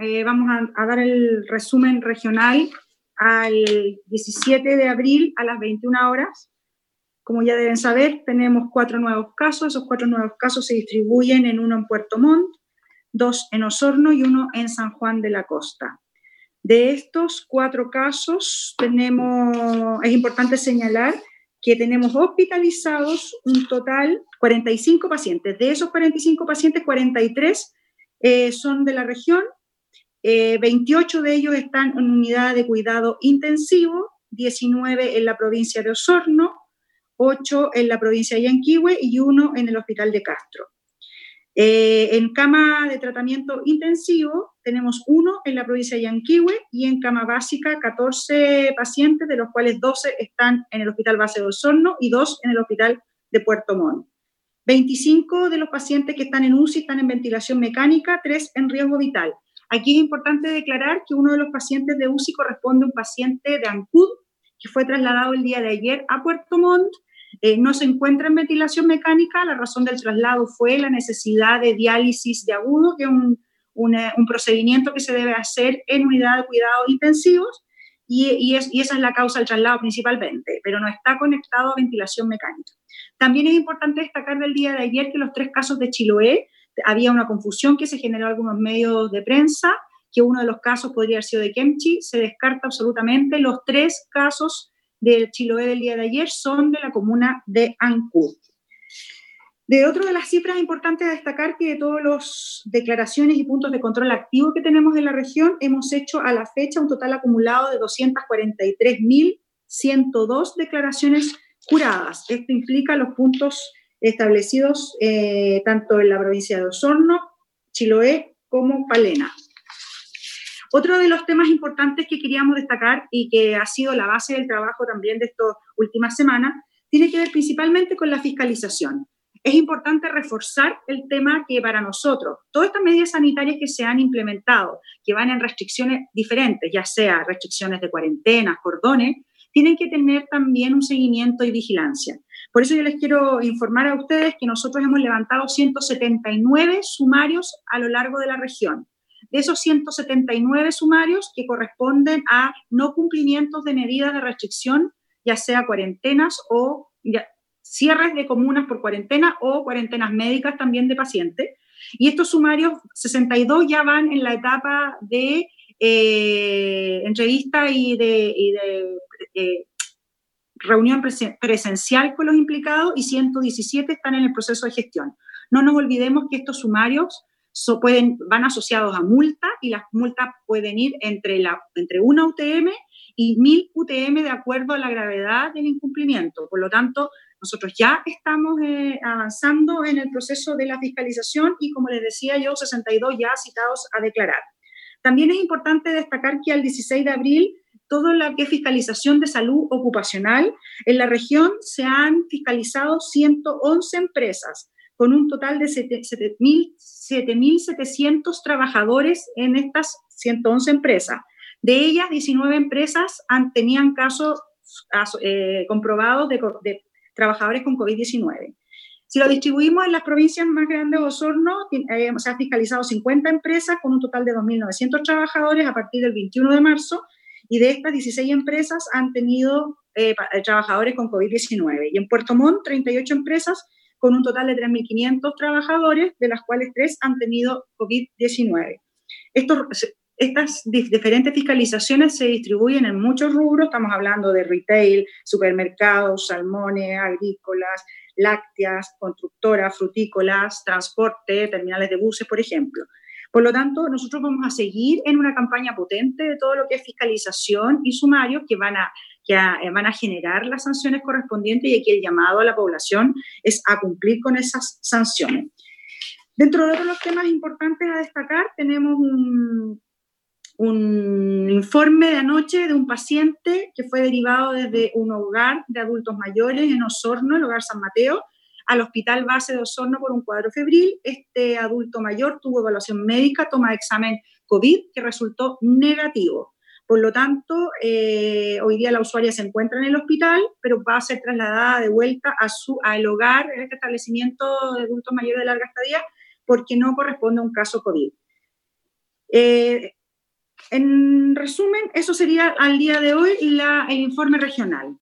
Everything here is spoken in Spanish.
vamos a dar el resumen regional al 17 de abril a las 21 horas. Como ya deben saber, tenemos 4 nuevos casos. Esos 4 nuevos casos se distribuyen en uno en Puerto Montt, 2 en Osorno y 1 en San Juan de la Costa. De estos 4 casos, es importante señalar que tenemos hospitalizados un total 45 pacientes. De esos 45 pacientes, 43 son de la región, 28 de ellos están en unidad de cuidado intensivo, 19 en la provincia de Osorno, 8 en la provincia de Yanquihue y 1 en el hospital de Castro. En cama de tratamiento intensivo tenemos 1 en la provincia de Yanquihue y en cama básica 14 pacientes, de los cuales 12 están en el hospital base de Osorno y 2 en el hospital de Puerto Montt. 25 de los pacientes que están en UCI están en ventilación mecánica, 3 en riesgo vital. Aquí es importante declarar que uno de los pacientes de UCI corresponde a un paciente de Ancud que fue trasladado el día de ayer a Puerto Montt. No se encuentra en ventilación mecánica. La razón del traslado fue la necesidad de diálisis de agudo, que es un procedimiento que se debe hacer en unidad de cuidados intensivos, y esa es la causa del traslado principalmente, pero no está conectado a ventilación mecánica. También es importante destacar del día de ayer que los 3 casos de Chiloé, había una confusión que se generó en algunos medios de prensa, que uno de los casos podría haber sido de Kemchi. Se descarta absolutamente. Los 3 casos del Chiloé del día de ayer son de la comuna de Ancud. De otro de las cifras importantes a destacar que de todas las declaraciones y puntos de control activo que tenemos en la región, hemos hecho a la fecha un total acumulado de 243.102 declaraciones juradas. Esto implica los puntos establecidos tanto en la provincia de Osorno, Chiloé como Palena. Otro de los temas importantes que queríamos destacar y que ha sido la base del trabajo también de estas últimas semanas tiene que ver principalmente con la fiscalización. Es importante reforzar el tema que para nosotros, todas estas medidas sanitarias que se han implementado, que van en restricciones diferentes, ya sea restricciones de cuarentenas, cordones, tienen que tener también un seguimiento y vigilancia. Por eso yo les quiero informar a ustedes que nosotros hemos levantado 179 sumarios a lo largo de la región. De esos 179 sumarios que corresponden a no cumplimientos de medidas de restricción, ya sea cuarentenas o cierres de comunas por cuarentena o cuarentenas médicas también de pacientes. Y estos sumarios, 62 ya van en la etapa de entrevista y de reunión presencial con los implicados, y 117 están en el proceso de gestión. No nos olvidemos que estos sumarios van asociados a multa, y las multas pueden ir entre una UTM y 1000 UTM de acuerdo a la gravedad del incumplimiento. Por lo tanto, nosotros ya estamos avanzando en el proceso de la fiscalización y, como les decía yo, 62 ya citados a declarar. También es importante destacar que al 16 de abril, todo lo que es fiscalización de salud ocupacional, en la región se han fiscalizado 111 empresas, con un total de 7.700 trabajadores en estas 111 empresas. De ellas, 19 empresas tenían casos comprobados de trabajadores con COVID-19. Si lo distribuimos en las provincias más grandes de Osorno, se han fiscalizado 50 empresas con un total de 2.900 trabajadores a partir del 21 de marzo, y de estas 16 empresas han tenido trabajadores con COVID-19. Y en Puerto Montt, 38 empresas con un total de 3.500 trabajadores, de las cuales 3 han tenido COVID-19. Estas diferentes fiscalizaciones se distribuyen en muchos rubros. Estamos hablando de retail, supermercados, salmones, agrícolas, lácteas, constructoras, frutícolas, transporte, terminales de buses, por ejemplo. Por lo tanto, nosotros vamos a seguir en una campaña potente de todo lo que es fiscalización y sumarios que van a generar las sanciones correspondientes, y aquí el llamado a la población es a cumplir con esas sanciones. Dentro de otros los temas importantes a destacar, tenemos un informe de anoche de un paciente que fue derivado desde un hogar de adultos mayores en Osorno, el Hogar San Mateo, al Hospital Base de Osorno por un cuadro febril. Este adulto mayor tuvo evaluación médica, toma de examen COVID que resultó negativo. Por lo tanto, hoy día la usuaria se encuentra en el hospital, pero va a ser trasladada de vuelta al hogar, en este establecimiento de adultos mayores de larga estadía, porque no corresponde a un caso COVID. En resumen, eso sería al día de hoy el informe regional.